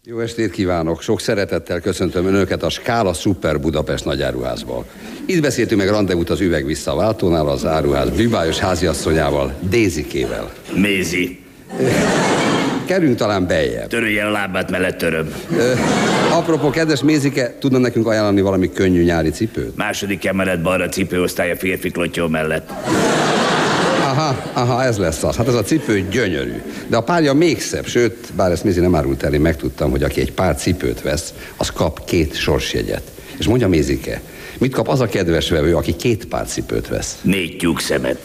Jó estét kívánok! Sok szeretettel köszöntöm Önöket a Skála Super Budapest nagyáruházból. Itt beszéltünk meg randevút az Üveg Visszaváltónál, az áruház bűbájos háziasszonyával, Dézikével. Mézi. Kerüljünk talán beljebb. Törölje a lábát, mellett töröm. Apropó, kedves Mézike, tudna nekünk ajánlani valami könnyű nyári cipőt? Második emelet balra cipőosztály a férfi klottyó mellett. Aha, ez lesz az. Hát ez a cipő gyönyörű. De a párja még szebb, sőt, bár ezt Mézi nem árult el, én megtudtam, hogy aki egy pár cipőt vesz, az kap 2 sorsjegyet. És mondja Mézike, mit kap az a kedves vevő, aki 2 pár cipőt vesz? 4 tyúkszemet.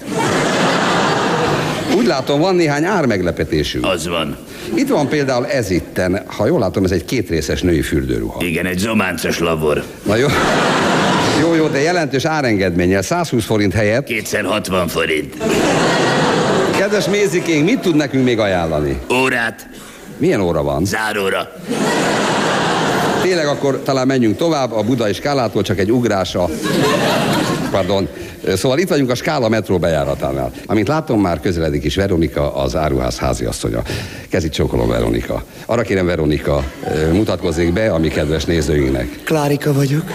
Úgy látom, van néhány ármeglepetésünk. Az van. Itt van például ez itten, ha jól látom, ez egy 2 részes női fürdőruha. Igen, egy zománcos labor. Na jó. Jó, de jelentős árengedménnyel, 120 forint helyett. 260 forint. Kedves Mézikénk, mit tud nekünk még ajánlani? Órát. Milyen óra van? Záróra. Tényleg akkor talán menjünk tovább, a budai Skálától csak egy ugrásra. Pardon. Szóval itt vagyunk a Skála metró bejáratánál. Amint látom, már közeledik is Veronika, az áruház háziasszonya. Kezit csókolom, Veronika. Arra kérem, Veronika, mutatkozzék be a mi kedves nézőinknek. Klárika vagyok.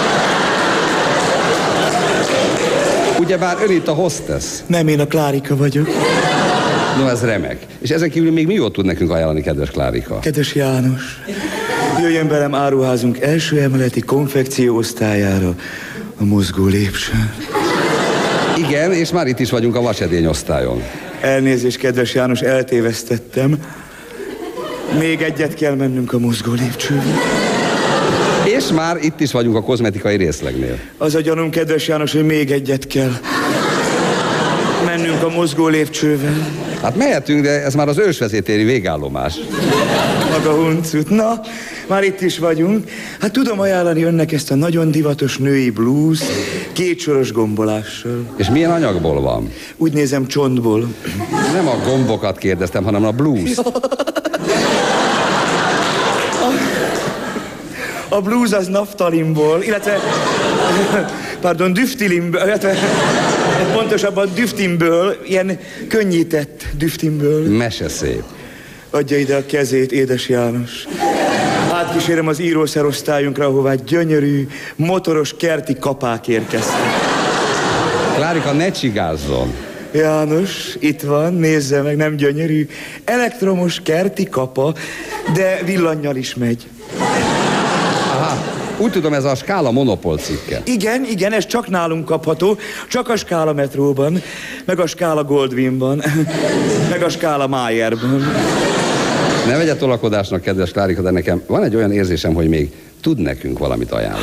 Ugyebár ön itt a hostess. Nem, én a Klárika vagyok. No, ez remek. És ezen kívül még mi jót tud nekünk ajánlani, kedves Klárika? Kedves János, jöjjön velem áruházunk első emeleti konfekció osztályára, a mozgó lépcsőn. Igen, és már itt is vagyunk a vasedény osztályon. Elnézést, kedves János, eltévesztettem. Még egyet kell mennünk a mozgó lépcsőn. És már itt is vagyunk a kozmetikai részlegnél. Az a gyanúm, kedves János, hogy még egyet kell mennünk a mozgó lépcsővel. Hát mehetünk, de ez már az ősvezértéri végállomás. Maga huncut. Na, már itt is vagyunk. Hát tudom ajánlani önnek ezt a nagyon divatos női blúz 2 soros gombolással. És milyen anyagból van? Úgy nézem, csontból. Nem a gombokat kérdeztem, hanem a blúz. A blúz az naftalinból, illetve... Pardon, düftilinből, illetve... Pontosabban düftinből, ilyen könnyített düftinből. Mese szép. Adja ide a kezét, édes János. Átkísérem az írószerosztályunkra, ahová gyönyörű, motoros kerti kapák érkeztek. Klárika, ne csigázzon. János, itt van, nézze meg, nem gyönyörű. Elektromos kerti kapa, de villannyal is megy. Aha, úgy tudom, ez a Skála Monopól cikke. Igen, ez csak nálunk kapható, csak a Skála metróban, meg a Skála Goldwynban, meg a Skála Mayerban. Ne vegye tolakodásnak, kedves Klárika, de nekem van egy olyan érzésem, hogy még tud nekünk valamit ajánlani.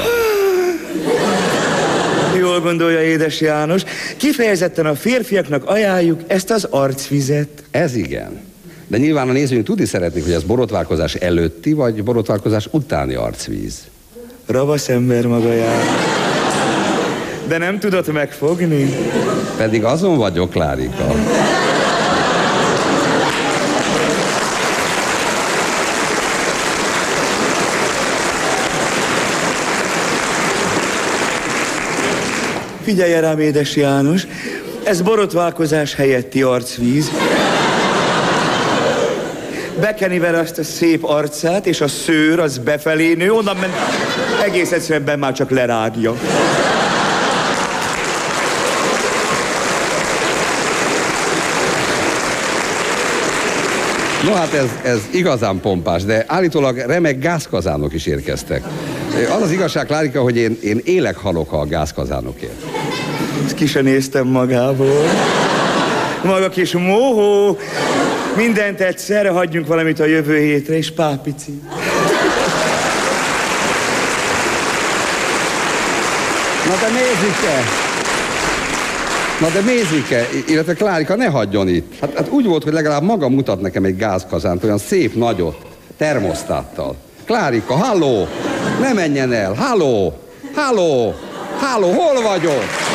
Jól gondolja, édes János. Kifejezetten a férfiaknak ajánljuk ezt az arcvizet. Ez igen. De nyilván a nézőink tudni szeretnék, hogy ez borotválkozás előtti, vagy borotválkozás utáni arcvíz. Ravasz ember maga, János. De nem tudott megfogni. Pedig azon vagyok, Klárika. Figyelj rám, édes János, ez borotválkozás helyetti arcvíz. Bekeni vele azt a szép arcát, és a szőr az befelé nő, onnan ment egész egyszerűen már csak lerágja. No hát ez igazán pompás, de állítólag remek gázkazánok is érkeztek. Az az igazság, Klárika, hogy én élek halok a gázkazánokért. Ezt ki se néztem magából. Maga kis mohó. Mindent egyszerre, hagyjunk valamit a jövő hétre, és pápici. Na de Mézike, illetve Klárika, ne hagyjon itt. Hát úgy volt, hogy legalább maga mutat nekem egy gázkazánt, olyan szép nagyot, termosztáttal. Klárika, halló! Ne menjen el! Halló! Halló! Halló, hol vagyok?